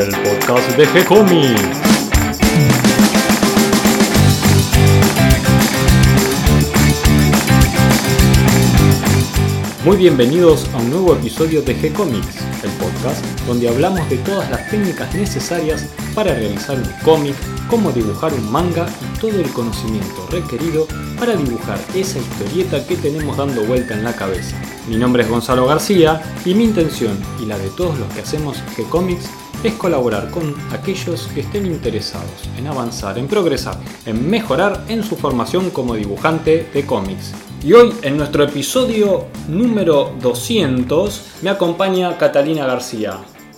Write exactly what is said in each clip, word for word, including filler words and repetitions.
el podcast de G-Comics. Muy bienvenidos a un nuevo episodio de G-Comics, el podcast donde hablamos de todas las técnicas necesarias para realizar un cómic, cómo dibujar un manga y todo el conocimiento requerido para dibujar esa historieta que tenemos dando vuelta en la cabeza. Mi nombre es Gonzalo García y mi intención y la de todos los que hacemos G-Comics es colaborar con aquellos que estén interesados en avanzar, en progresar, en mejorar en su formación como dibujante de cómics. Y hoy, en nuestro episodio número doscientos, me acompaña Catalina García.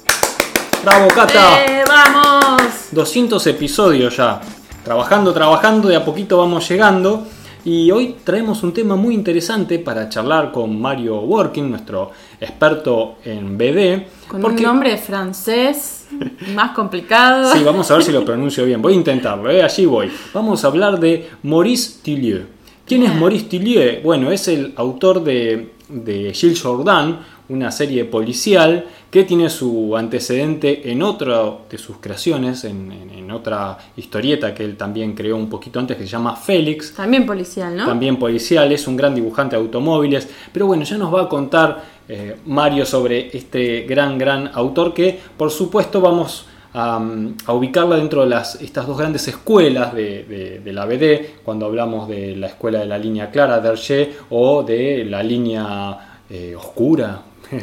¡Bravo, Cata! ¡Eh, vamos! doscientos episodios ya. Trabajando, trabajando, de a poquito vamos llegando. Y hoy traemos un tema muy interesante para charlar con Mario Working, nuestro experto en B D. Con porque... un nombre francés más complicado. Sí, vamos a ver si lo pronuncio bien. Voy a intentarlo, ¿eh? Allí voy. Vamos a hablar de Maurice Tillieu. ¿Quién es Maurice Tillieu? Bueno, es el autor de, de Gilles Jourdan, una serie policial que tiene su antecedente en otra de sus creaciones, en, en, en otra historieta que él también creó un poquito antes, que se llama Félix. También policial, ¿no? También policial, es un gran dibujante de automóviles. Pero bueno, ya nos va a contar eh, Mario sobre este gran, gran autor que, por supuesto, vamos a, a ubicarla dentro de las, estas dos grandes escuelas de, de, de la B D, cuando hablamos de la escuela de la línea clara de Hergé o de la línea eh, oscura,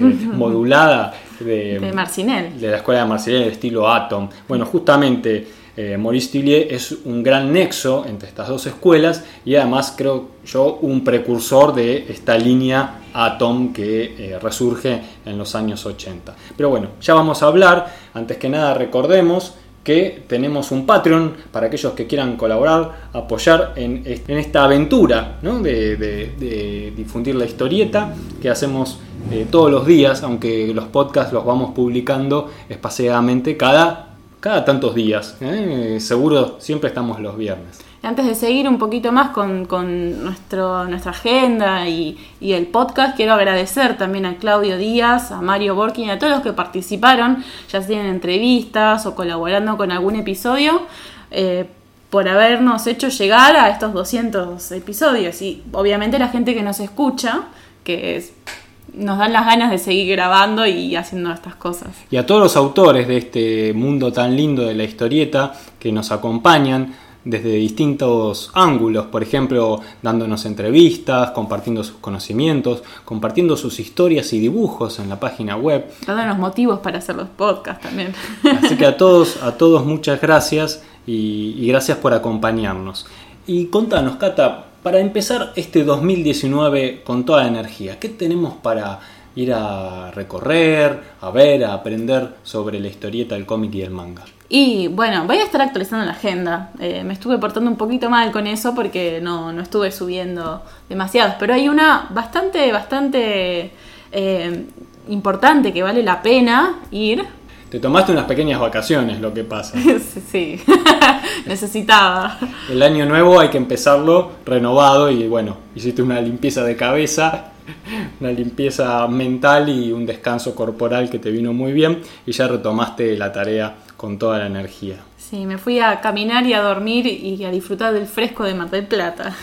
modulada de, de Marcinelle, de la escuela de Marcinelle, de estilo Atom. Bueno, justamente eh, Maurice Tillieu es un gran nexo entre estas dos escuelas y además creo yo un precursor de esta línea Atom que eh, resurge en los años ochenta. Pero bueno, ya vamos a hablar. Antes que nada recordemos que tenemos un Patreon para aquellos que quieran colaborar, apoyar en, en esta aventura, ¿no? de, de, de difundir la historieta que hacemos eh, todos los días, aunque los podcasts los vamos publicando espaciadamente cada, cada tantos días. ¿eh? Seguro siempre estamos los viernes. Antes de seguir un poquito más con, con nuestro, nuestra agenda y, y el podcast, quiero agradecer también a Claudio Díaz, a Mario Borkin y a todos los que participaron, ya sea en entrevistas o colaborando con algún episodio, eh, por habernos hecho llegar a estos doscientos episodios. Y obviamente la gente que nos escucha, que es, nos dan las ganas de seguir grabando y haciendo estas cosas. Y a todos los autores de este mundo tan lindo de la historieta que nos acompañan desde distintos ángulos, por ejemplo, dándonos entrevistas, compartiendo sus conocimientos, compartiendo sus historias y dibujos en la página web. Dándonos motivos para hacer los podcasts también. Así que a todos, a todos muchas gracias y, y gracias por acompañarnos. Y contanos, Cata, para empezar este dos mil diecinueve con toda la energía, ¿qué tenemos para ir a recorrer, a ver, a aprender sobre la historieta, el cómic y el manga? Y bueno, voy a estar actualizando la agenda. Eh, me estuve portando un poquito mal con eso porque no, no estuve subiendo demasiados. Pero hay una bastante, bastante eh, importante que vale la pena ir. Te tomaste unas pequeñas vacaciones, lo que pasa. Sí, necesitaba. El año nuevo hay que empezarlo renovado y bueno, hiciste una limpieza de cabeza, una limpieza mental y un descanso corporal que te vino muy bien y ya retomaste la tarea con toda la energía. Sí, me fui a caminar y a dormir y a disfrutar del fresco de Mar del Plata.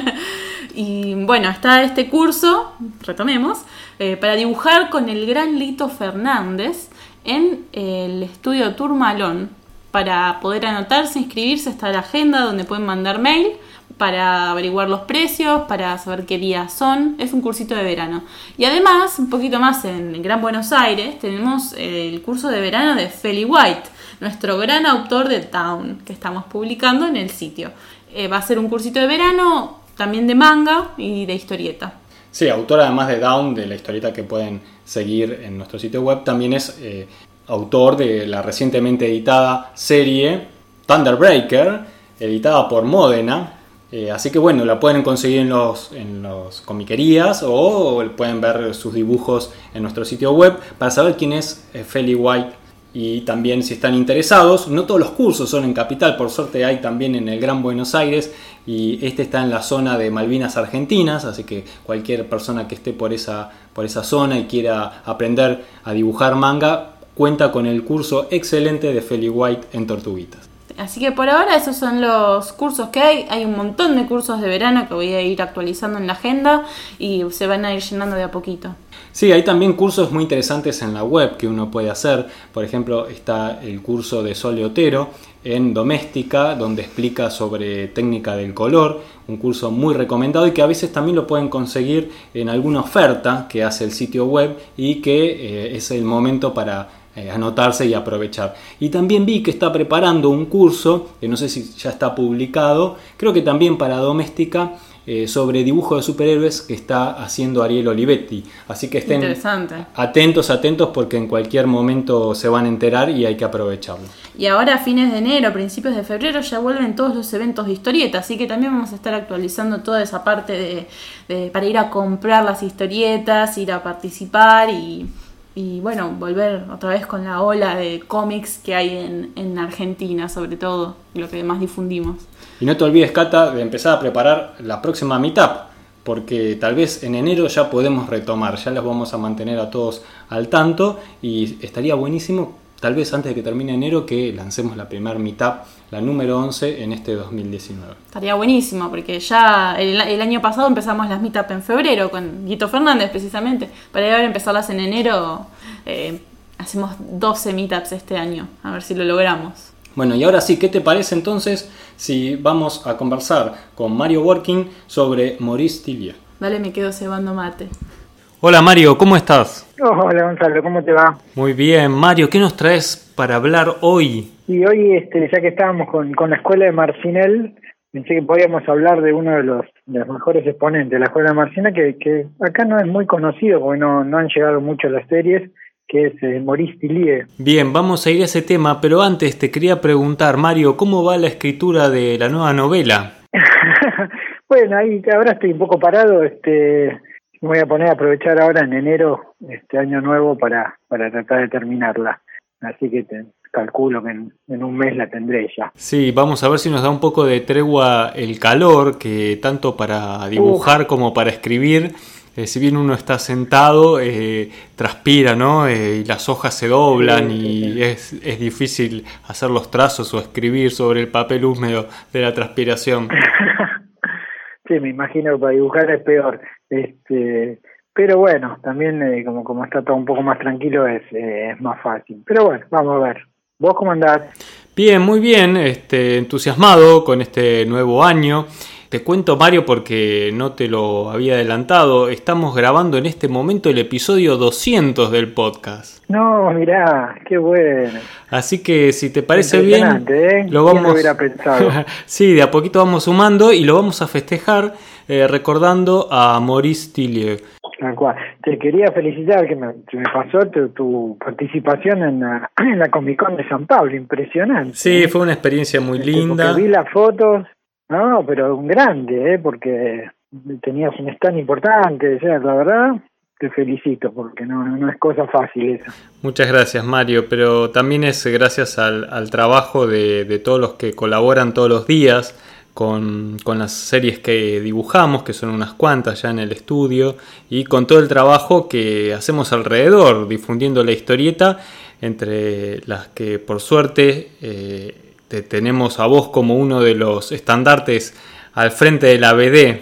Y bueno, está este curso, retomemos, eh, para dibujar con el gran Lito Fernández en el estudio Tourmalón. Para poder anotarse, inscribirse, está la agenda donde pueden mandar mail para averiguar los precios, para saber qué días son. Es un cursito de verano. Y además, un poquito más en Gran Buenos Aires, tenemos el curso de verano de Feli White, nuestro gran autor de Town, que estamos publicando en el sitio. Eh, va a ser un cursito de verano, también de manga y de historieta. Sí, autor además de Down, de la historieta que pueden seguir en nuestro sitio web, también es eh, autor de la recientemente editada serie Thunderbreaker, editada por Modena. Eh, así que bueno, la pueden conseguir en los, en los comiquerías o pueden ver sus dibujos en nuestro sitio web para saber quién es eh, Feli White. Y también si están interesados, no todos los cursos son en Capital, por suerte hay también en el Gran Buenos Aires y este está en la zona de Malvinas Argentinas, así que cualquier persona que esté por esa, por esa zona y quiera aprender a dibujar manga, cuenta con el curso excelente de Feli White en Tortuguitas. Así que por ahora esos son los cursos que hay. Hay un montón de cursos de verano que voy a ir actualizando en la agenda y se van a ir llenando de a poquito. Sí, hay también cursos muy interesantes en la web que uno puede hacer. Por ejemplo, está el curso de Sole Otero en Doméstica, donde explica sobre técnica del color, un curso muy recomendado y que a veces también lo pueden conseguir en alguna oferta que hace el sitio web y que eh, es el momento para eh, anotarse y aprovechar. Y también vi que está preparando un curso, que no sé si ya está publicado, creo que también para Doméstica, Eh, sobre dibujo de superhéroes que está haciendo Ariel Olivetti, así que estén atentos, atentos porque en cualquier momento se van a enterar y hay que aprovecharlo. Y ahora a fines de enero, principios de febrero ya vuelven todos los eventos de historieta, así que también vamos a estar actualizando toda esa parte de, de para ir a comprar las historietas, ir a participar y, y bueno, volver otra vez con la ola de cómics que hay en, en Argentina, sobre todo, lo que más difundimos. Y no te olvides, Cata, de empezar a preparar la próxima meetup, porque tal vez en enero ya podemos retomar, ya los vamos a mantener a todos al tanto y estaría buenísimo, tal vez antes de que termine enero, que lancemos la primera meetup, la número once en este dos mil diecinueve. Estaría buenísimo, porque ya el, el año pasado empezamos las meetup en febrero con Guito Fernández precisamente, para ahora empezarlas en enero, eh, hacemos doce meetups este año, a ver si lo logramos. Bueno, y ahora sí, ¿qué te parece entonces si vamos a conversar con Mario Working sobre Maurice Tillier? Dale, me quedo cebando mate. Hola Mario, ¿cómo estás? Hola Gonzalo, ¿cómo te va? Muy bien, Mario, ¿qué nos traes para hablar hoy? Y hoy, este, ya que estábamos con, con la escuela de Marcinel, pensé que podíamos hablar de uno de los, de los mejores exponentes de la escuela de Marcinel, que, que acá no es muy conocido porque no, no han llegado mucho las series, que es eh, Maurice Tillier. Bien, vamos a ir a ese tema, pero antes te quería preguntar, Mario, ¿cómo va la escritura de la nueva novela? Bueno, ahí ahora estoy un poco parado, este, me voy a poner a aprovechar ahora en enero, este año nuevo, para, para tratar de terminarla. Así que te calculo que en, en un mes la tendré ya. Sí, vamos a ver si nos da un poco de tregua el calor, que tanto para dibujar Uf. como para escribir. Eh, si bien uno está sentado, eh, transpira, ¿no? Eh, y las hojas se doblan sí, y sí, sí. Es, es difícil hacer los trazos o escribir sobre el papel húmedo de la transpiración. Sí, me imagino que para dibujar es peor. Este, pero bueno, también eh, como, como está todo un poco más tranquilo es, eh, es más fácil. Pero bueno, vamos a ver. ¿Vos cómo andás? Bien, muy bien, este, entusiasmado con este nuevo año. Te cuento, Mario, porque no te lo había adelantado, estamos grabando en este momento el episodio doscientos del podcast. No, mirá, qué bueno. Así que si te parece bien, ¿eh? lo vamos... lo hubiera pensado? Sí, de a poquito vamos sumando y lo vamos a festejar eh, recordando a Maurice Tillier. Tal cual. Te quería felicitar que me, me pasó tu, tu participación en la, en la Comic Con de San Pablo, impresionante. Sí, fue una experiencia muy este, linda. Porque vi las fotos. No, pero un grande, ¿eh? Porque tenías un stand importante, o sea, la verdad, te felicito, porque no, no es cosa fácil eso. Muchas gracias, Mario, pero también es gracias al, al trabajo de, de todos los que colaboran todos los días con, con las series que dibujamos, que son unas cuantas ya en el estudio, y con todo el trabajo que hacemos alrededor, difundiendo la historieta, entre las que por suerte... Eh, Te tenemos a vos como uno de los estandartes al frente de la B D.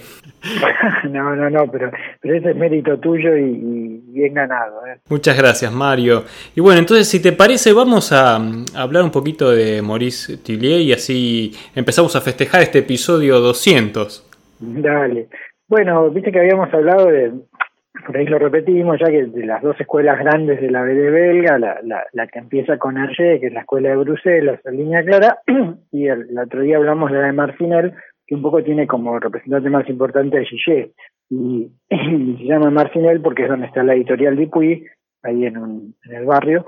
No, no, no, pero, pero ese es mérito tuyo y, y bien ganado. ¿eh? Muchas gracias, Mario. Y bueno, entonces, si te parece, vamos a, a hablar un poquito de Maurice Tillier y así empezamos a festejar este episodio doscientos. Dale. Bueno, viste que habíamos hablado de... Por ahí lo repetimos, ya que de las dos escuelas grandes de la B D belga, la, la, la que empieza con Hergé, que es la escuela de Bruselas, en línea clara, y el, el otro día hablamos de la de Marcinel, que un poco tiene como representante más importante a Gillet, y, y se llama Marcinel porque es donde está la editorial Dupuy, ahí en, un, en el barrio,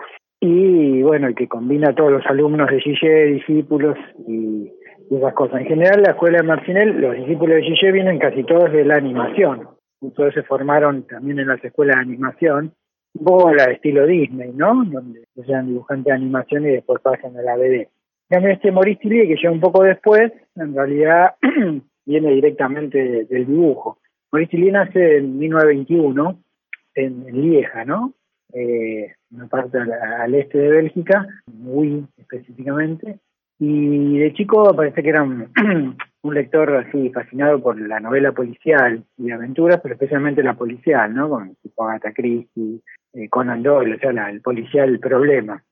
y bueno, el que combina a todos los alumnos de Gillet, discípulos y, y esas cosas. En general, la escuela de Marcinel, los discípulos de Gillet vienen casi todos de la animación. Todos se formaron también en las escuelas de animación, un poco la de estilo Disney, ¿no? Donde sean dibujantes de animación y después pasan a la B D. También este Maurice Tillier, que llega un poco después, en realidad viene directamente del dibujo. Maurice Tillier nace en mil novecientos veintiuno en, en Lieja, ¿no? eh, una parte al, al este de Bélgica, Huy específicamente, y de chico parece que era un, un lector así fascinado por la novela policial y de aventuras, pero especialmente la policial, ¿no? Con tipo Agatha Christie, eh, Conan Doyle, o sea, la, el policial problema.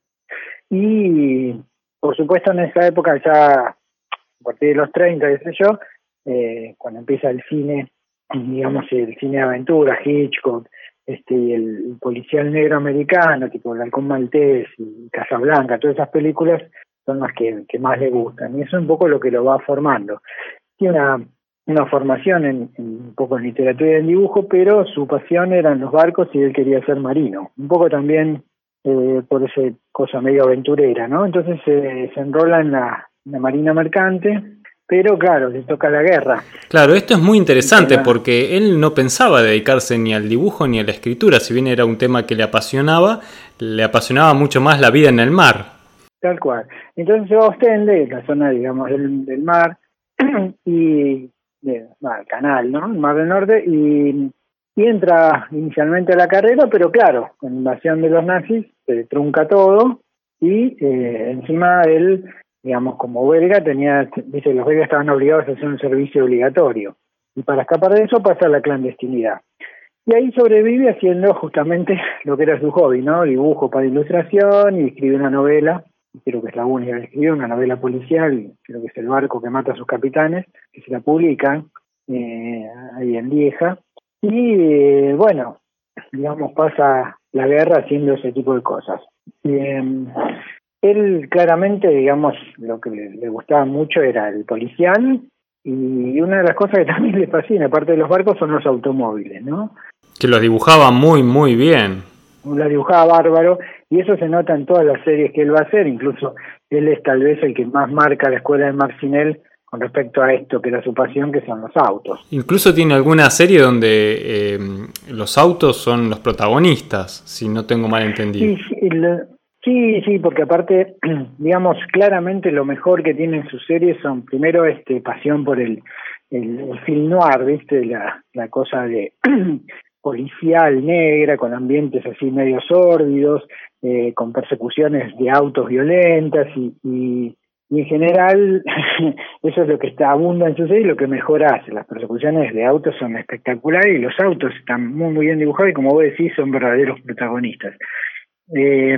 Y por supuesto en esa época ya, a partir de los treinta, qué sé yo, eh, cuando empieza el cine, digamos el cine de aventura, Hitchcock, este y el, el policial negro americano, tipo El Halcón Maltés y Casablanca, todas esas películas son las que, que más le gustan, y eso es un poco lo que lo va formando. Tiene una, una formación en, en un poco en literatura y en dibujo, pero su pasión eran los barcos y él quería ser marino, un poco también eh, por esa cosa medio aventurera, ¿no? Entonces eh, se enrola en la, en la marina mercante, pero claro, le toca la guerra. Claro, esto es muy interesante porque él no pensaba dedicarse ni al dibujo ni a la escritura, si bien era un tema que le apasionaba, le apasionaba mucho más la vida en el mar. Tal cual. Entonces se va a Ostende, la zona, digamos, del, del mar, y de, bueno, el canal, ¿no? El Mar del Norte, y, y entra inicialmente a la carrera, pero claro, con la invasión de los nazis se trunca todo, y eh, encima él, digamos, como belga, tenía, dice, los belgas estaban obligados a hacer un servicio obligatorio, y para escapar de eso pasa a la clandestinidad. Y ahí sobrevive haciendo justamente lo que era su hobby, ¿no? Dibujo para ilustración, y escribe una novela, creo que es la única que escribió, una novela policial, creo que es El barco que mata a sus capitanes, que se la publican eh, ahí en Lieja. Y eh, bueno, digamos, pasa la guerra haciendo ese tipo de cosas. Eh, él claramente, digamos, lo que le, le gustaba mucho era el policial, y una de las cosas que también le fascina, aparte de los barcos, son los automóviles, ¿no? Que los dibujaba muy, muy bien. La dibujaba bárbaro, y eso se nota en todas las series que él va a hacer. Incluso él es tal vez el que más marca la escuela de Marcinelle con respecto a esto que era su pasión, que son los autos. Incluso tiene alguna serie donde eh, los autos son los protagonistas, si no tengo mal entendido. Sí, sí, el, sí, sí, porque aparte, digamos, claramente lo mejor que tienen sus series son, primero, este pasión por el, el, el film noir, ¿viste? La, la cosa de policial negra, con ambientes así medio sórdidos, eh, con persecuciones de autos violentas, y, y, y en general eso es lo que está abunda en su serie y lo que mejor hace. Las persecuciones de autos son espectaculares y los autos están muy, muy bien dibujados, y como vos decís, son verdaderos protagonistas. Eh,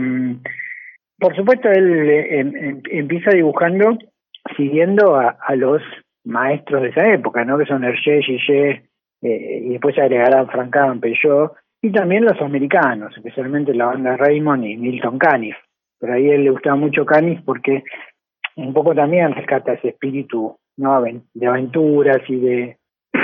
por supuesto, él eh, em, empieza dibujando siguiendo a, a los maestros de esa época, ¿no? Que son Hergé, Gillet, eh, y después se agregarán Frank Peugeot, y también los americanos, especialmente la banda Raymond y Milton Caniff. Pero ahí a él le gustaba mucho Caniff porque un poco también rescata ese espíritu, ¿no? De aventuras y de,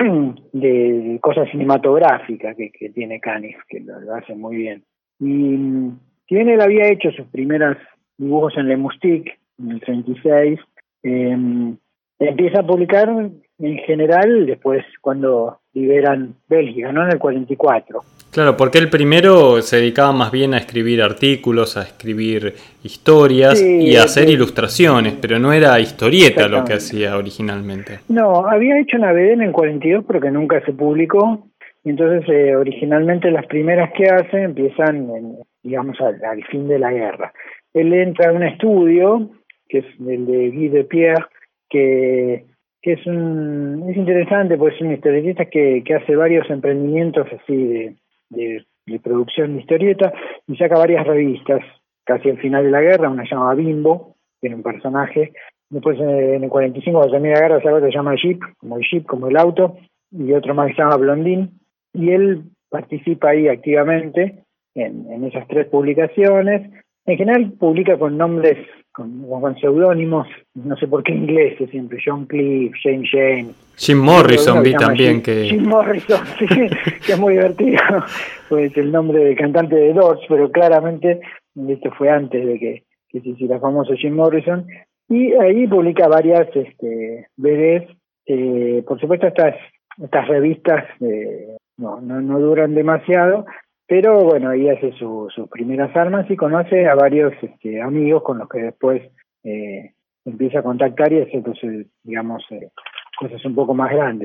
de cosas cinematográficas que, que tiene Caniff, que lo, lo hace muy bien. Y si bien él había hecho sus primeros dibujos en Le Moustique, en el treinta y seis, eh, empieza a publicar en general después cuando liberan Bélgica, ¿no? En el cuarenta y cuatro. Claro, porque él primero se dedicaba más bien a escribir artículos, a escribir historias, sí, y a hacer sí. ilustraciones, pero no era historieta lo que hacía originalmente. No, había hecho una B D en el cuarenta y dos, pero que nunca se publicó. Entonces, eh, originalmente las primeras que hace empiezan, en, digamos, al, al fin de la guerra. Él entra a un estudio, que es el de Guy Depierre, que, que es un es interesante, porque es un historietista que, que hace varios emprendimientos así de, de, de producción de historieta, y saca varias revistas, casi al final de la guerra. Una se llama Bimbo, tiene un personaje. Después, eh, en el cuarenta y cinco, cuando termina la guerra, saca otra que se llama Jeep, como el Jeep, como el auto, y otro más que se llama Blondín. Y él participa ahí activamente en, en esas tres publicaciones. En general publica con nombres, con, con seudónimos, no sé por qué ingleses siempre, John Cliff, James James. Jim Morrison vi también Jim, que... Jim Morrison, sí, que es muy divertido, pues el nombre del cantante de Doors, pero claramente esto fue antes de que, que se hiciera famoso Jim Morrison. Y ahí publica varias este, B Ds, eh, por supuesto estas, estas revistas eh, no, no, no duran demasiado, pero bueno, ahí hace su, sus primeras armas y conoce a varios este, amigos con los que después eh, empieza a contactar y hace, pues, digamos, eh, cosas un poco más grandes.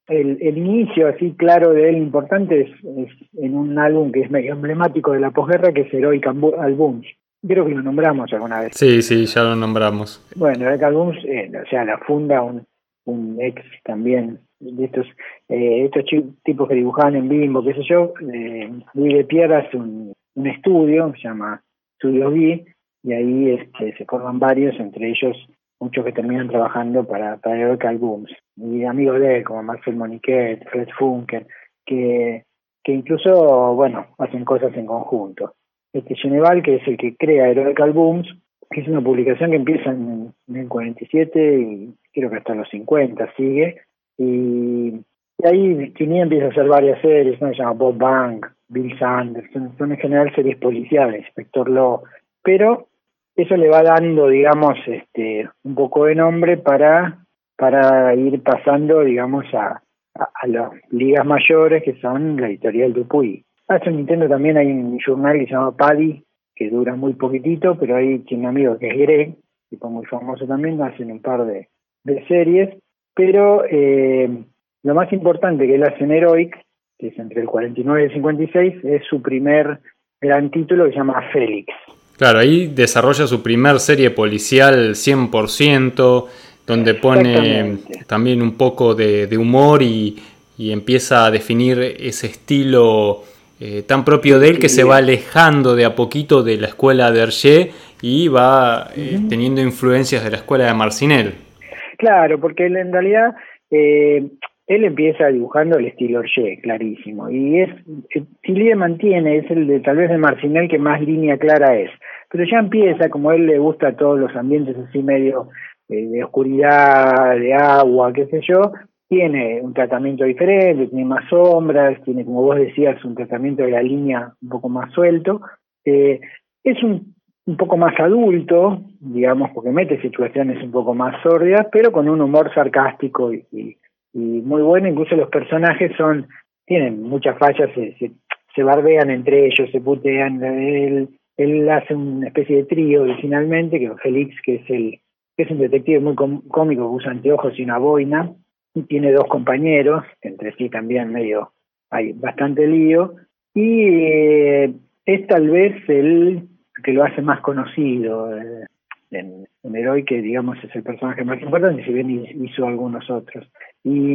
el, el inicio así claro de él importante es, es en un álbum que es medio emblemático de la posguerra, que es Heroic Albums. Creo que lo nombramos alguna vez. Sí, sí, ya lo nombramos. Bueno, Heroic Albums, eh, o sea, la funda un, un ex también de estos eh, estos tipos que dibujaban en Bimbo, qué sé yo. eh, Louis de Pierre hace un, un estudio, se llama Studio B, y ahí este, se forman varios, entre ellos muchos que terminan trabajando para, para Heroic Albums, y amigos de él como Marcel Moniquet, Fred Funker, que, que incluso, bueno, hacen cosas en conjunto. Este Geneval, que es el que crea Heroic Albums, que es una publicación que empieza en, en el cuarenta y siete y creo que hasta los cincuenta sigue, y, y ahí Tini empieza a hacer varias series, ¿no? Se llama Bob Bank, Bill Sanders, son, son en general series policiales, Inspector Law, pero eso le va dando, digamos, este un poco de nombre para para ir pasando, digamos, a, a, a las ligas mayores, que son la editorial Dupuy. Hace un Nintendo también hay un journal que se llama Paddy, que dura muy poquitito, pero ahí tiene un amigo que es Greg, tipo muy famoso también, hacen un par de, de series, pero eh, lo más importante que él hace en Heroic, que es entre el cuarenta y nueve y el cincuenta y seis, es su primer gran título que se llama Félix. Claro, ahí desarrolla su primer serie policial cien por ciento, donde pone también un poco de, de humor y, y empieza a definir ese estilo eh, tan propio de él, que se va alejando de a poquito de la escuela de Hergé y va eh, uh-huh. teniendo influencias de la escuela de Marcinelle. Claro, porque él, en realidad eh, él empieza dibujando el estilo Hergé, clarísimo, y es Tilly mantiene, es el de tal vez de Marcinelle que más línea clara es, pero ya empieza, como a él le gusta todos los ambientes así medio eh, de oscuridad, de agua, qué sé yo, tiene un tratamiento diferente, tiene más sombras, tiene, como vos decías, un tratamiento de la línea un poco más suelto, eh, es un, un poco más adulto, digamos, porque mete situaciones un poco más sórdidas, pero con un humor sarcástico y, y, y muy bueno. Incluso los personajes son tienen muchas fallas, se, se, se bardean entre ellos, se putean. Él, él hace una especie de trío originalmente, que Félix, que es el que es un detective muy cómico, que usa anteojos y una boina, y tiene dos compañeros, que entre sí también medio hay bastante lío, y eh, es tal vez el que lo hace más conocido eh, en, en Heroic, que digamos es el personaje más importante, si bien hizo algunos otros. Y,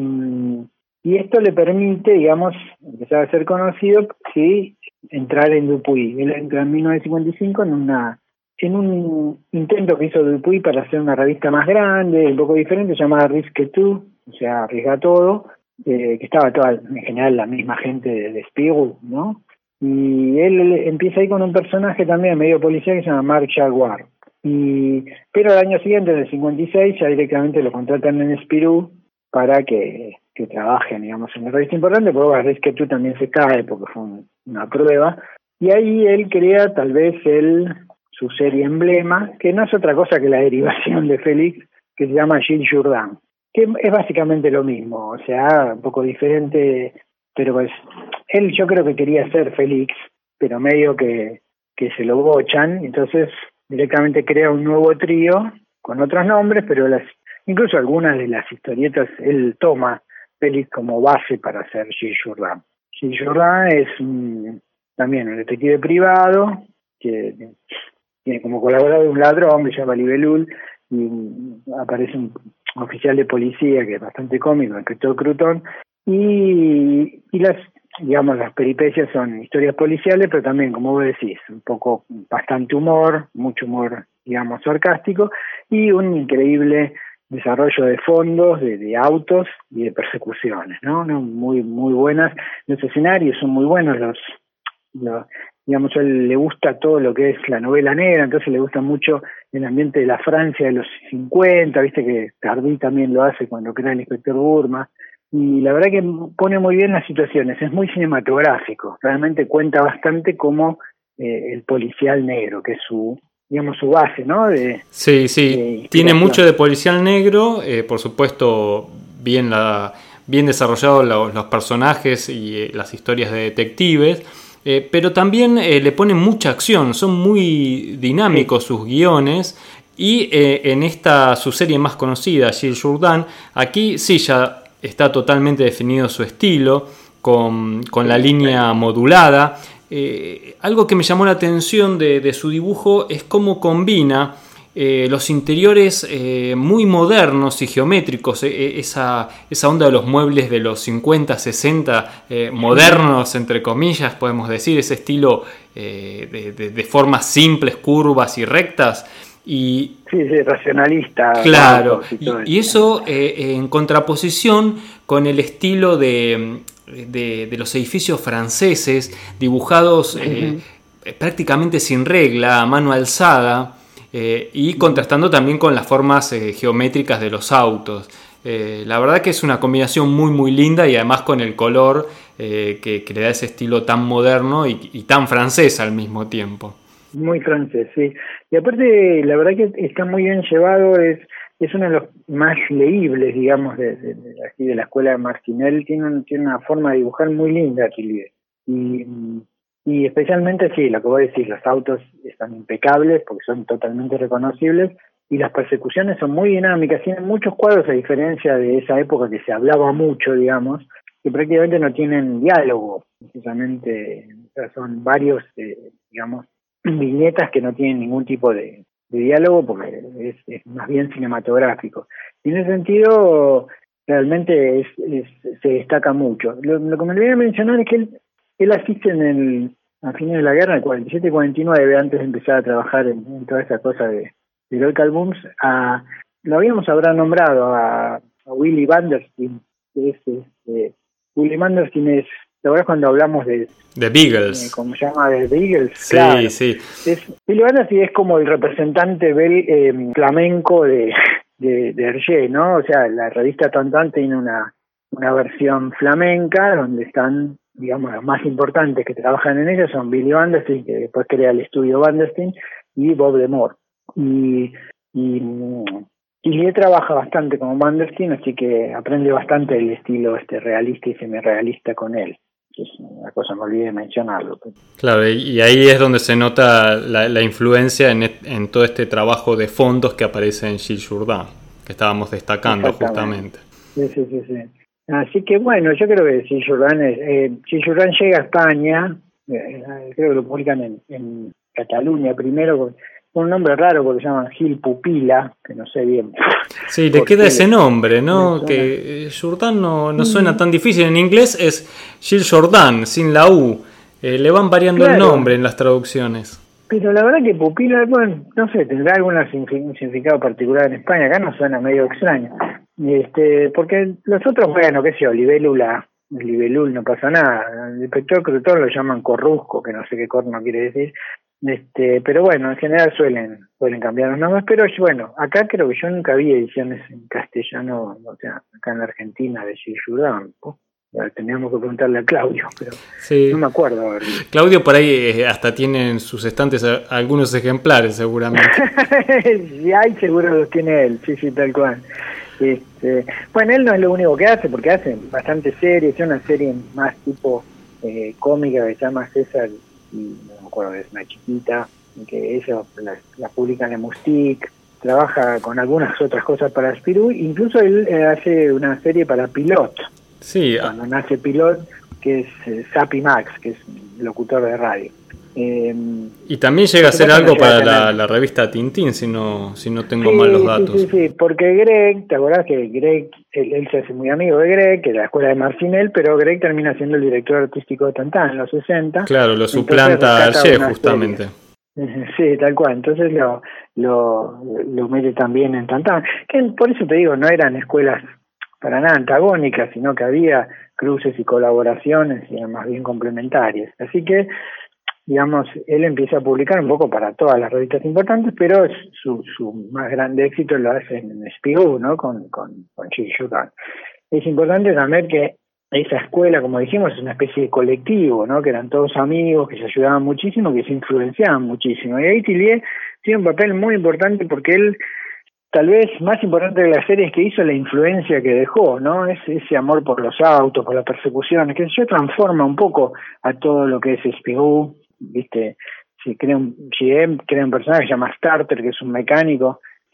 y esto le permite, digamos, empezar a ser conocido, sí, entrar en Dupuy. Él entra en mil novecientos cincuenta y cinco en una en un intento que hizo Dupuy para hacer una revista más grande, un poco diferente, llamada Risque Tout, o sea, arriesga todo, eh, que estaba toda, en general, la misma gente de, de Spirou, ¿no? Y él, él empieza ahí con un personaje también medio policial que se llama Mark Jaguar. Y, pero al año siguiente, en el cincuenta y seis, ya directamente lo contratan en Spirou para que, que trabajen, digamos, en una revista importante, porque Risque Tout también se cae porque fue un, una prueba. Y ahí él crea tal vez el su serie emblema, que no es otra cosa que la derivación de Félix, que se llama Gilles Jourdan, que es básicamente lo mismo, o sea, un poco diferente, pero pues él yo creo que quería ser Félix, pero medio que, que se lo bochan, entonces directamente crea un nuevo trío con otros nombres, pero las incluso algunas de las historietas él toma Félix como base para hacer Gilles Jourdan. Gilles Jourdan es un, también un detective privado que tiene como colaborador un ladrón que se llama Libelul, y aparece un oficial de policía que es bastante cómico, el inspector Crouton, y, y las, digamos, las peripecias son historias policiales, pero también, como vos decís, un poco, bastante humor, mucho humor, digamos, sarcástico, y un increíble desarrollo de fondos, de, de autos y de persecuciones, ¿no? ¿no? Muy, muy buenas. Los escenarios son muy buenos, los, los digamos, a él le gusta todo lo que es la novela negra, entonces le gusta mucho el ambiente de la Francia de los cincuenta, viste que Tardy también lo hace cuando crea el inspector Burma, y la verdad que pone muy bien las situaciones, es muy cinematográfico, realmente cuenta bastante como eh, el policial negro, que es su, digamos, su base, ¿no? De, sí, sí, de tiene mucho de policial negro, eh, por supuesto, bien, la, bien desarrollados los, los personajes y eh, las historias de detectives. Eh, pero también eh, le ponen mucha acción, son muy dinámicos sí. sus guiones, y eh, en esta su serie más conocida, Gilles Jourdan, aquí sí ya está totalmente definido su estilo, con, con la línea modulada. Eh, algo que me llamó la atención de, de su dibujo es cómo combina eh, los interiores eh, muy modernos y geométricos, eh, esa, esa onda de los muebles de los cincuenta, sesenta, eh, modernos entre comillas, podemos decir, ese estilo eh, de, de, de formas simples, curvas y rectas. Y, sí, sí, racionalista. Claro, y, y eso eh, en contraposición con el estilo de... De, de los edificios franceses dibujados eh, uh-huh. prácticamente sin regla, a mano alzada, eh, y contrastando también con las formas eh, geométricas de los autos. Eh, la verdad que es una combinación muy muy linda y además con el color eh, que, que le da ese estilo tan moderno y, y tan francés al mismo tiempo. Muy francés, sí. Y aparte, la verdad que está muy bien llevado, es es uno de los más leíbles, digamos, de, de, de, así de la escuela de Marcinelle. Tiene, un, tiene una forma de dibujar muy linda, Tillier. Y, y especialmente, sí, lo que voy a decir, los autos están impecables porque son totalmente reconocibles y las persecuciones son muy dinámicas. Tienen muchos cuadros, a diferencia de esa época que se hablaba mucho, digamos, que prácticamente no tienen diálogo. Precisamente, o sea, son varios, eh, digamos, viñetas que no tienen ningún tipo de... de diálogo porque es, es más bien cinematográfico. Y en ese sentido realmente es, es, se destaca mucho. Lo, lo que me olvidé mencionar es que él, él asiste en el, a fines de la guerra, en el cuarenta y siete cuarenta y nueve, antes de empezar a trabajar en, en toda esa cosa de, de Local Booms, a, lo habíamos habrá nombrado a, a Willy Vandersteen, que es, este, Willy Vandersteen es, ¿te acuerdas cuando hablamos de... The Beagles. Eh, ¿Cómo se llama? The Beagles. Sí, claro. sí. Es, Willy Vandersteen es como el representante bel, eh, flamenco de, de, de Hergé, ¿no? O sea, la revista Tintin tiene una, una versión flamenca donde están, digamos, los más importantes que trabajan en ella son Billy Vandersteen, que después crea el estudio Vandersteen, y Bob Demore. Y... y Y trabaja bastante como Vandersteen, así que aprende bastante el estilo este realista y semi-realista con él. Es una cosa, me olvidé de mencionarlo. Claro, y ahí es donde se nota la, la influencia en, en todo este trabajo de fondos que aparece en Gilles Jourdain, que estábamos destacando justamente. Sí, sí, sí, sí. Así que bueno, yo creo que Gilles Jourdain, es, eh, Gilles Jourdain llega a España, eh, creo que lo publican en, en Cataluña primero, con un nombre raro porque se llaman Gil Pupila, que no sé bien. Sí, le queda ese nombre, ¿no? Que Jourdain no, no suena tan difícil. En inglés es Gilles Jourdain, sin la U. Eh, le van variando claro. el nombre en las traducciones. Pero la verdad que Pupila, bueno, no sé, tendrá algún significado particular en España. Acá no suena medio extraño. este Porque los otros, bueno, qué sé yo, libélula, libelul, no pasa nada. El inspector Crutor lo llaman corrusco, que no sé qué corno quiere decir. Este, pero bueno, en general suelen suelen cambiar los nombres, pero bueno, acá creo que yo nunca vi ediciones en castellano, o sea, acá en la Argentina de Gilles Jourdain. Teníamos que preguntarle a Claudio, pero sí. no me acuerdo. A ver. Claudio por ahí hasta tiene en sus estantes algunos ejemplares, seguramente. Si hay, seguro los tiene él, sí, sí, tal cual. Este, bueno, él no es lo único que hace, porque hace bastantes series, es una serie más tipo eh, cómica que se llama César, y no me acuerdo, es una chiquita, que ella la, la publica en Le Moustique, trabaja con algunas otras cosas para Spirou, incluso él eh, hace una serie para Pilot. Sí. Cuando nace Pilot, que es eh, Sapi Max, que es locutor de radio. Eh, y también llega a hacer algo para la, la revista Tintín, si no si no tengo sí, mal los datos. Sí, sí, sí, porque Greg, ¿te acordás que Greg, él, él se hace muy amigo de Greg, que es la escuela de Marcinelle, pero Greg termina siendo el director artístico de Tintín en los sesenta. Claro, lo suplanta a Hergé, justamente. Serie. Sí, tal cual. Entonces lo, lo, lo mete también en Tintín. Que por eso te digo, no eran escuelas para nada antagónicas, sino que había cruces y colaboraciones y eran más bien complementarias. Así que, digamos, él empieza a publicar un poco para todas las revistas importantes, pero su, su más grande éxito lo hace en Spirou, ¿no? Con, con, con Gilles Jourdain. Es importante saber que esa escuela, como dijimos, es una especie de colectivo, ¿no? Que eran todos amigos, que se ayudaban muchísimo, que se influenciaban muchísimo. Y ahí Tillier tiene un papel muy importante porque él, tal vez más importante de las series que hizo, la influencia que dejó, ¿no? Es ese amor por los autos, por las persecuciones, que se transforma un poco a todo lo que es Spirou. Viste, si crea un G M, crea un personaje que se llama Starter, que es un mecánico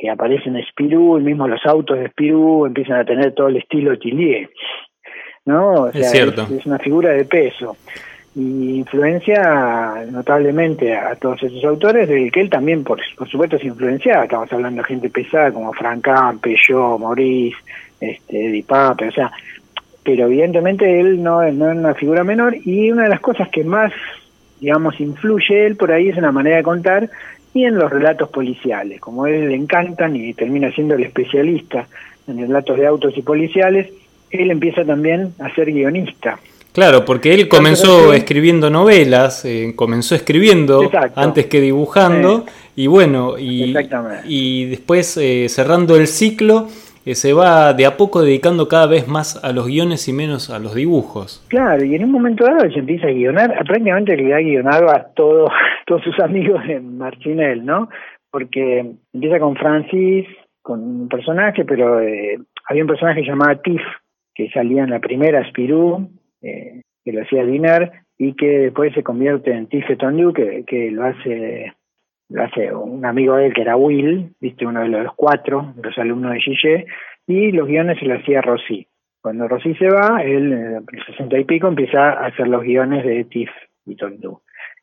que aparecen Spirou, y mismo los autos de Spirou empiezan a tener todo el estilo Tillier, ¿no? O sea, es cierto. Es, es una figura de peso y influencia notablemente a todos esos autores, del que él también, por, por supuesto, se influenciaba. Estamos hablando de gente pesada como Franquin, Peugeot, Maurice, este, Eddie Pape, o sea, pero evidentemente él no, no es una figura menor, y una de las cosas que más, digamos, influye él por ahí es en la manera de contar y en los relatos policiales. Como a él le encantan y termina siendo el especialista en relatos de autos y policiales, él empieza también a ser guionista. Claro, porque él comenzó escribiendo novelas, eh, comenzó escribiendo Exacto. antes que dibujando, sí. y bueno, y, y después eh, cerrando el ciclo, eh, se va de a poco dedicando cada vez más a los guiones y menos a los dibujos. Claro, y en un momento dado él se empieza a guionar, prácticamente le ha guionado a todo, todos sus amigos en Marcinelle, ¿no? Porque empieza con Francis, con un personaje, pero eh, había un personaje llamado Tiff, que salía en la primera Spirou, Eh, que lo hacía Diner, y que después se convierte en Tiff Etondu, que, que lo hace lo hace un amigo de él que era Will, viste, uno de los cuatro, los alumnos de Gillet, y los guiones se los hacía Rossi. Cuando Rossi se va, él en el sesenta y pico empieza a hacer los guiones de Tiff Etondu.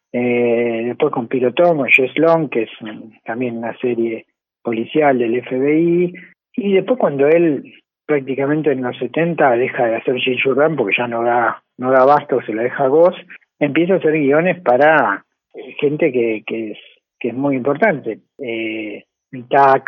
Eh, después con Piloton, con Jess Long, que es un, también una serie policial del F B I, y después cuando él prácticamente en los setenta deja de hacer Gilles Jourdan porque ya no da no da abasto, se la deja a Goss, empieza a hacer guiones para gente que, que es que es muy importante, eh, Mitac,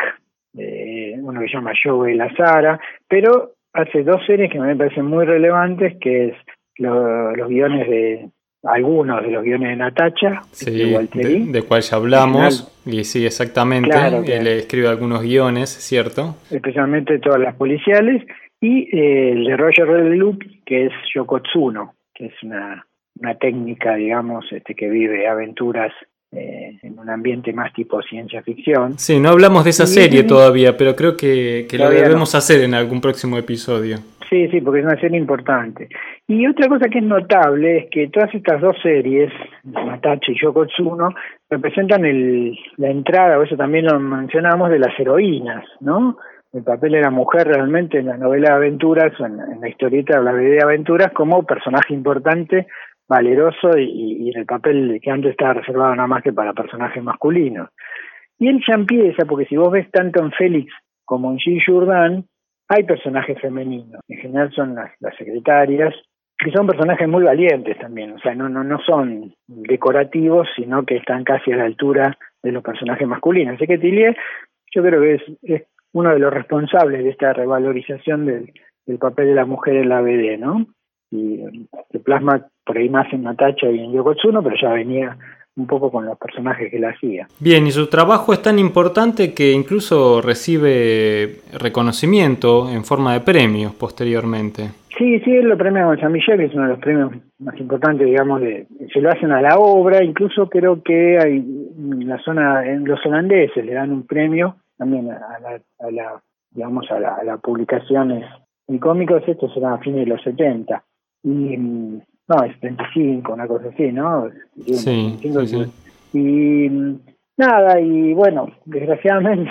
eh, uno que se llama Joe Lazara, pero hace dos series que me parecen muy relevantes, que es lo, los guiones de algunos de los guiones de Natacha, sí, de, Walteri, de, de cual ya hablamos, y sí, exactamente, claro, él escribe algunos guiones, ¿cierto? Especialmente todas las policiales, y eh, el de Roger Redeloup, que es Yokotsuno, que es una, una técnica, digamos, este que vive aventuras eh, en un ambiente más tipo ciencia ficción. Sí, no hablamos de esa y, serie y, todavía, pero creo que, que lo debemos no. hacer en algún próximo episodio. Sí, sí, porque es una serie importante. Y otra cosa que es notable es que todas estas dos series, Natacha y Yokotsuno, representan el, la entrada, o eso también lo mencionamos, de las heroínas, ¿no? El papel de la mujer realmente en la novela de aventuras, en, en la historieta de la B D de aventuras, como personaje importante, valeroso, y, y en el papel que antes estaba reservado nada más que para personajes masculinos. Y él ya empieza, porque si vos ves tanto en Félix como en Gilles Jourdan, hay personajes femeninos, en general son las, las secretarias, que son personajes muy valientes también, o sea, no, no, no son decorativos, sino que están casi a la altura de los personajes masculinos. Así que Tillier, yo creo que es, es uno de los responsables de esta revalorización del, del papel de la mujer en la B D, ¿no? Y se plasma por ahí más en Natacha y en Yokotsuno, pero ya venía un poco con los personajes que él hacía. Bien, y su trabajo es tan importante que incluso recibe reconocimiento en forma de premios posteriormente. Sí, sí, él lo premia con San Michel, que es uno de los premios más importantes, digamos, de, se lo hacen a la obra, incluso creo que hay en la zona, en los holandeses le dan un premio también a la, a la digamos, a la, a las publicaciones en cómicos, esto será a fines de los setenta, y no, es setenta y cinco, una cosa así, ¿no? Sí, sí, sí. Y nada, y bueno, desgraciadamente,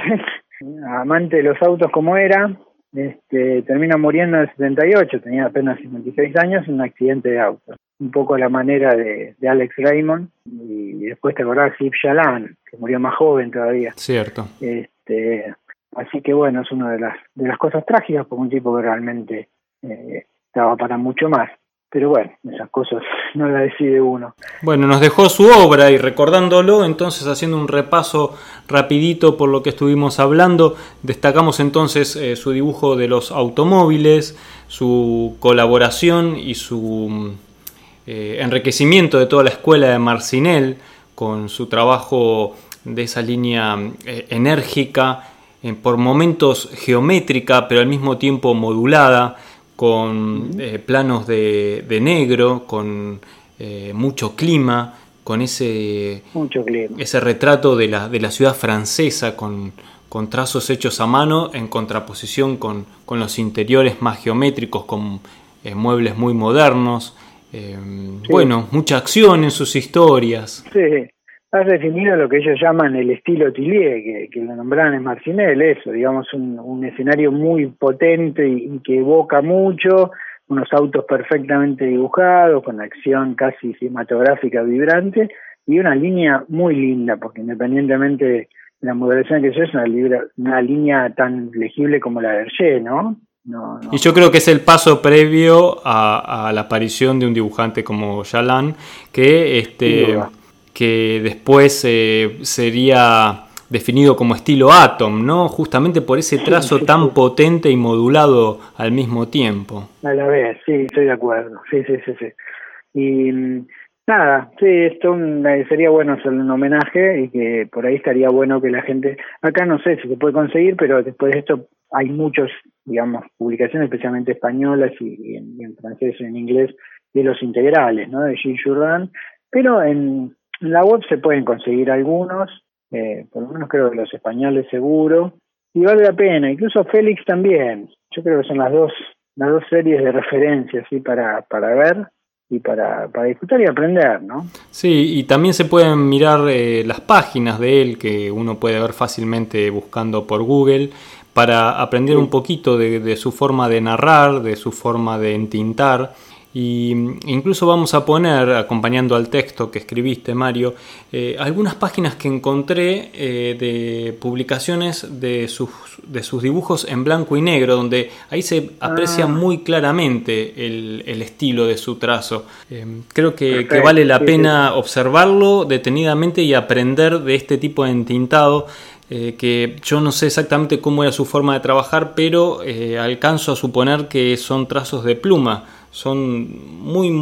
amante de los autos como era, este, termina muriendo en el setenta y ocho, tenía apenas cincuenta y seis años, en un accidente de auto. Un poco a la manera de, de Alex Raymond, y después te acordás de Yves Chaland, que murió más joven todavía. Cierto. Este, así que bueno, es una de las, de las cosas trágicas, porque un tipo que realmente eh, estaba para mucho más. Pero bueno, esas cosas no las decide uno. Bueno, nos dejó su obra y recordándolo, entonces haciendo un repaso rapidito por lo que estuvimos hablando, destacamos entonces eh, su dibujo de los automóviles, su colaboración y su eh, enriquecimiento de toda la escuela de Marcinelle, con su trabajo de esa línea eh, enérgica, eh, por momentos geométrica, pero al mismo tiempo modulada, con eh, planos de, de negro, con eh, mucho clima, con ese, mucho clima. ese retrato de la, de la ciudad francesa, con, con trazos hechos a mano en contraposición con, con los interiores más geométricos, con eh, muebles muy modernos. Eh, sí. Bueno, mucha acción en sus historias. Sí, has definido lo que ellos llaman el estilo Tillier, que, que lo nombraron en Marcinelle, eso, digamos, un, un escenario muy potente y, y que evoca mucho, unos autos perfectamente dibujados, con acción casi cinematográfica vibrante, y una línea muy linda, porque independientemente de la moderación que sea, es una, libra, una línea tan legible como la de Hergé, ¿no? No, no. Y yo creo que es el paso previo a, a la aparición de un dibujante como Jalán, que este que después eh, sería definido como estilo Atom, ¿no? Justamente por ese trazo sí, sí, tan sí. potente y modulado al mismo tiempo. A la vez, sí, estoy de acuerdo. Sí, sí, sí, sí. Y nada, sí, esto sería bueno hacerle un homenaje y que por ahí estaría bueno que la gente, acá no sé si se puede conseguir, pero después de esto hay muchos, digamos, publicaciones, especialmente españolas y, y, en, y en francés y en inglés, de los integrales, ¿no? De Gilles Jourdan, pero en, en la web se pueden conseguir algunos, eh, por lo menos creo que los españoles seguro, y vale la pena, incluso Félix también. Yo creo que son las dos, las dos series de referencia, ¿sí? para, para ver y para, para disfrutar y aprender, ¿no? Sí, y también se pueden mirar eh, las páginas de él, que uno puede ver fácilmente buscando por Google, para aprender sí. un poquito de, de su forma de narrar, de su forma de entintar. Y incluso vamos a poner, acompañando al texto que escribiste, Mario, eh, algunas páginas que encontré eh, de publicaciones de sus, de sus dibujos en blanco y negro, donde ahí se aprecia ah. muy claramente el, el estilo de su trazo. Eh, creo que, que vale la pena observarlo detenidamente y aprender de este tipo de entintado. Eh, que yo no sé exactamente cómo era su forma de trabajar, pero eh, alcanzo a suponer que son trazos de pluma. Son muy,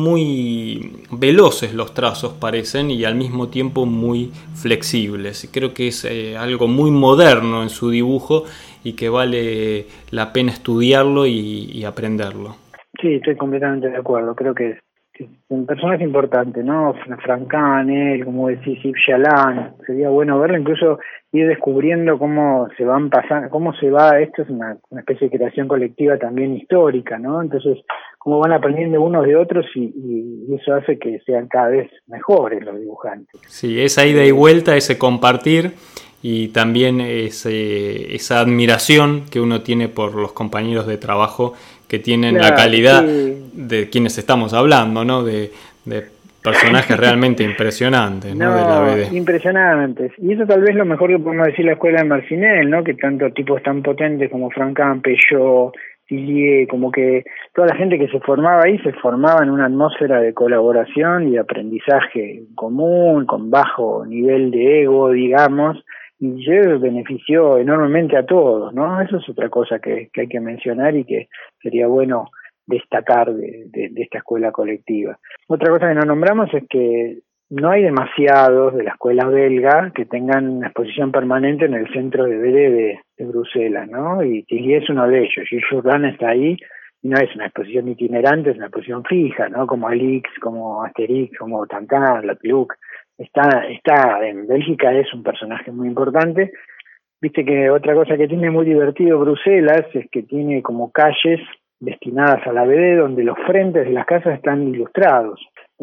muy veloces los trazos, parecen, y al mismo tiempo muy flexibles. Creo que es eh, algo muy moderno en su dibujo y que vale la pena estudiarlo y, y aprenderlo. Sí, estoy completamente de acuerdo. Creo que es, que es un personaje importante, ¿no? Franck Canel, como decís, Yves Jalán. Sería bueno verlo, incluso ir descubriendo cómo se van pasando, cómo se va, esto es una, una especie de creación colectiva también histórica, ¿no? Entonces, cómo van aprendiendo unos de otros y, y eso hace que sean cada vez mejores los dibujantes. Sí, esa ida y vuelta, ese compartir y también ese, esa admiración que uno tiene por los compañeros de trabajo que tienen claro, la calidad sí. de quienes estamos hablando, ¿no? De, de personajes realmente impresionantes, ¿no? no de la B D. Impresionantes. Y eso tal vez lo mejor que podemos decir la escuela de Marcinelle, ¿no? Que tanto tipos tan potentes como Franck Canel, Peugeot, Tillier, como que toda la gente que se formaba ahí se formaba en una atmósfera de colaboración y de aprendizaje común, con bajo nivel de ego, digamos, y yo benefició enormemente a todos, ¿no? Eso es otra cosa que, que hay que mencionar y que sería bueno destacar de, de, de esta escuela colectiva. Otra cosa que no nombramos es que no hay demasiados de la escuela belga que tengan una exposición permanente en el centro de B D de, de Bruselas, ¿no? Y Tillier es uno de ellos. Gilles Jourdan está ahí y no es una exposición itinerante, es una exposición fija, ¿no? Como Alix, como Asterix, como Tintin, La Peluque. Está, está en Bélgica, es un personaje muy importante. Viste que otra cosa que tiene muy divertido Bruselas es que tiene como calles destinadas a la B D donde los frentes de las casas están ilustrados.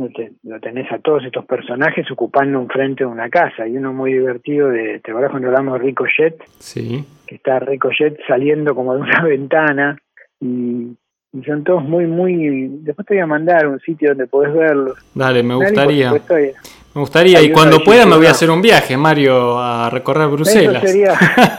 Lo tenés a todos estos personajes ocupando un frente de una casa, y uno muy divertido de, ¿te acuerdas cuando hablamos de Ricochet? Sí. Que está Ricochet saliendo como de una ventana, y, y son todos muy, muy... Después te voy a mandar un sitio donde podés verlos. Dale, me gustaría. Dale, me gustaría, y cuando pueda me voy a hacer un viaje, Mario, a recorrer Bruselas. Eso sería...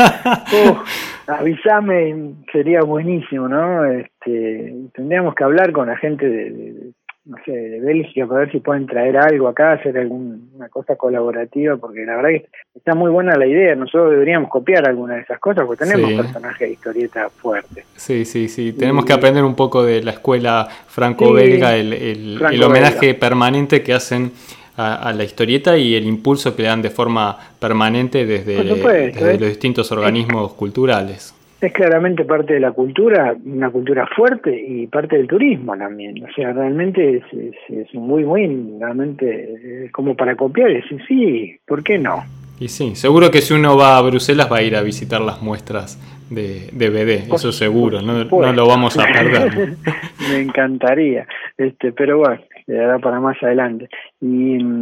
Uf, avísame, sería buenísimo, ¿no? Este, tendríamos que hablar con la gente de... de no sé, de Bélgica, para ver si pueden traer algo acá, hacer alguna cosa colaborativa, porque la verdad que está muy buena la idea. Nosotros deberíamos copiar alguna de esas cosas, porque tenemos sí. personajes de historieta fuertes. Sí, sí, sí. Tenemos y, que aprender un poco de la escuela franco-belga, sí, el, el, el homenaje permanente que hacen a, a la historieta y el impulso que le dan de forma permanente desde, supuesto, desde ¿eh? los distintos organismos es, culturales. Es claramente parte de la cultura, una cultura fuerte, y parte del turismo también. O sea, realmente es, es, es muy, muy, realmente, como para copiar y decir, sí, ¿por qué no? Y sí, seguro que si uno va a Bruselas va a ir a visitar las muestras de, de B D, por, eso seguro, no, no lo vamos a perder. Me encantaría, este, pero bueno, quedará para más adelante. Y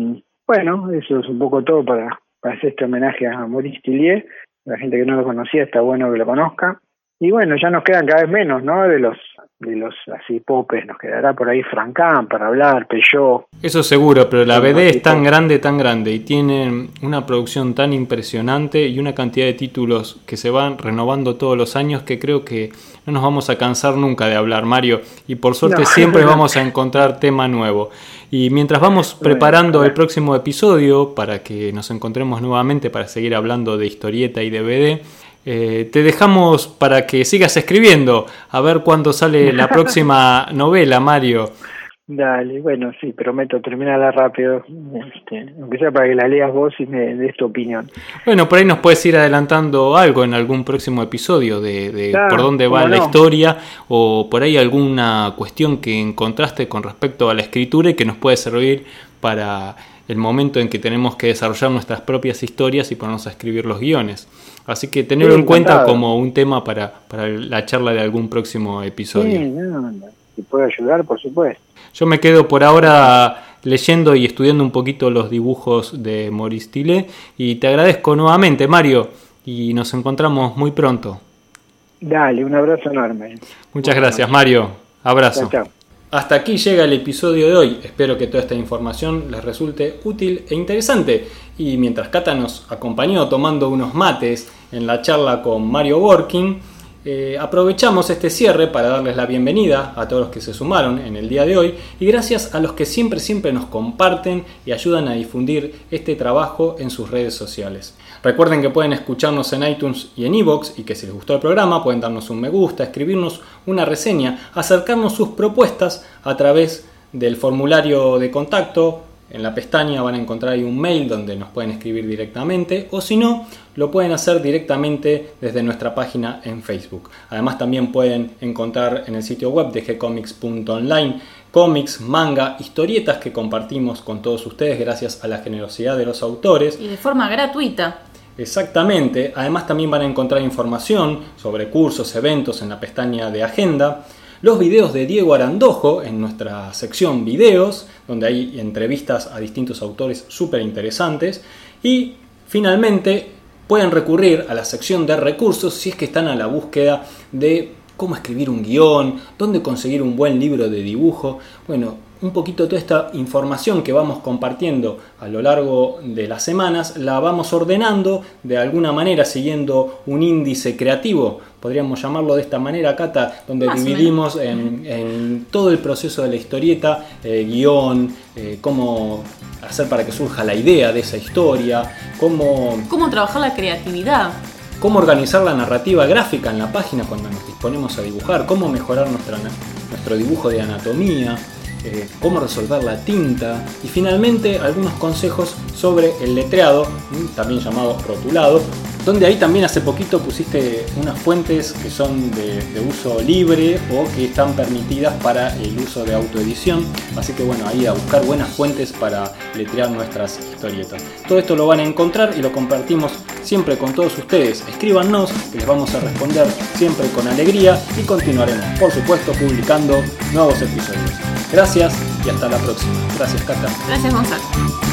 bueno, eso es un poco todo para, para hacer este homenaje a Maurice Tillier. La gente que no lo conocía está bueno que lo conozca. Y bueno, ya nos quedan cada vez menos, ¿no? De los de los así popes, nos quedará por ahí Francán para hablar, Peugeot. Eso seguro, pero la B D es tan grande, tan grande y tienen una producción tan impresionante y una cantidad de títulos que se van renovando todos los años que creo que no nos vamos a cansar nunca de hablar, Mario. Y por suerte no. siempre vamos a encontrar tema nuevo. Y mientras vamos preparando bueno, el próximo episodio para que nos encontremos nuevamente para seguir hablando de historieta y de B D, Eh, te dejamos para que sigas escribiendo, a ver cuándo sale la próxima novela, Mario. Dale, bueno, sí, prometo terminarla rápido, este, aunque sea para que la leas vos y me des tu opinión. Bueno, por ahí nos puedes ir adelantando algo en algún próximo episodio de, de claro, por dónde va la no. historia, o por ahí alguna cuestión que encontraste con respecto a la escritura y que nos puede servir para el momento en que tenemos que desarrollar nuestras propias historias y ponernos a escribir los guiones. Así que tenerlo sí, en cuenta encantado. Como un tema para, para la charla de algún próximo episodio. Sí, no, no. Si puedo ayudar, por supuesto. Yo me quedo por ahora leyendo y estudiando un poquito los dibujos de Maurice Tillier y te agradezco nuevamente, Mario, y nos encontramos muy pronto. Dale, un abrazo enorme. Muchas gracias, Mario. Abrazo. Chao, chao. Hasta aquí llega el episodio de hoy. Espero que toda esta información les resulte útil e interesante. Y mientras Cata nos acompañó tomando unos mates en la charla con Mario Borkin, eh, aprovechamos este cierre para darles la bienvenida a todos los que se sumaron en el día de hoy y gracias a los que siempre siempre nos comparten y ayudan a difundir este trabajo en sus redes sociales. Recuerden que pueden escucharnos en iTunes y en iVoox y que si les gustó el programa pueden darnos un me gusta, escribirnos una reseña, acercarnos sus propuestas a través del formulario de contacto. En la pestaña van a encontrar ahí un mail donde nos pueden escribir directamente o si no, lo pueden hacer directamente desde nuestra página en Facebook. Además también pueden encontrar en el sitio web de gcomics punto online cómics, manga, historietas que compartimos con todos ustedes gracias a la generosidad de los autores. Y de forma gratuita. Exactamente. Además también van a encontrar información sobre cursos, eventos en la pestaña de agenda. Los videos de Diego Arandojo en nuestra sección videos, donde hay entrevistas a distintos autores súper interesantes. Y finalmente pueden recurrir a la sección de recursos si es que están a la búsqueda de cómo escribir un guión, dónde conseguir un buen libro de dibujo. Bueno, un poquito toda esta información que vamos compartiendo a lo largo de las semanas la vamos ordenando de alguna manera siguiendo un índice creativo, podríamos llamarlo de esta manera, Cata, donde Más dividimos en, en todo el proceso de la historieta, eh, guión, eh, cómo hacer para que surja la idea de esa historia, cómo, cómo trabajar la creatividad, cómo organizar la narrativa gráfica en la página cuando nos disponemos a dibujar, cómo mejorar nuestra, nuestro dibujo de anatomía, Eh, cómo resolver la tinta y finalmente algunos consejos sobre el letreado, también llamado rotulado, donde ahí también hace poquito pusiste unas fuentes que son de, de uso libre o que están permitidas para el uso de autoedición, así que bueno, ahí a buscar buenas fuentes para letrear nuestras historietas. Todo esto lo van a encontrar y lo compartimos siempre con todos ustedes. Escríbanos que les vamos a responder siempre con alegría y continuaremos, por supuesto, publicando nuevos episodios. Gracias y hasta la próxima. Gracias, Cata. Gracias, Gonzalo.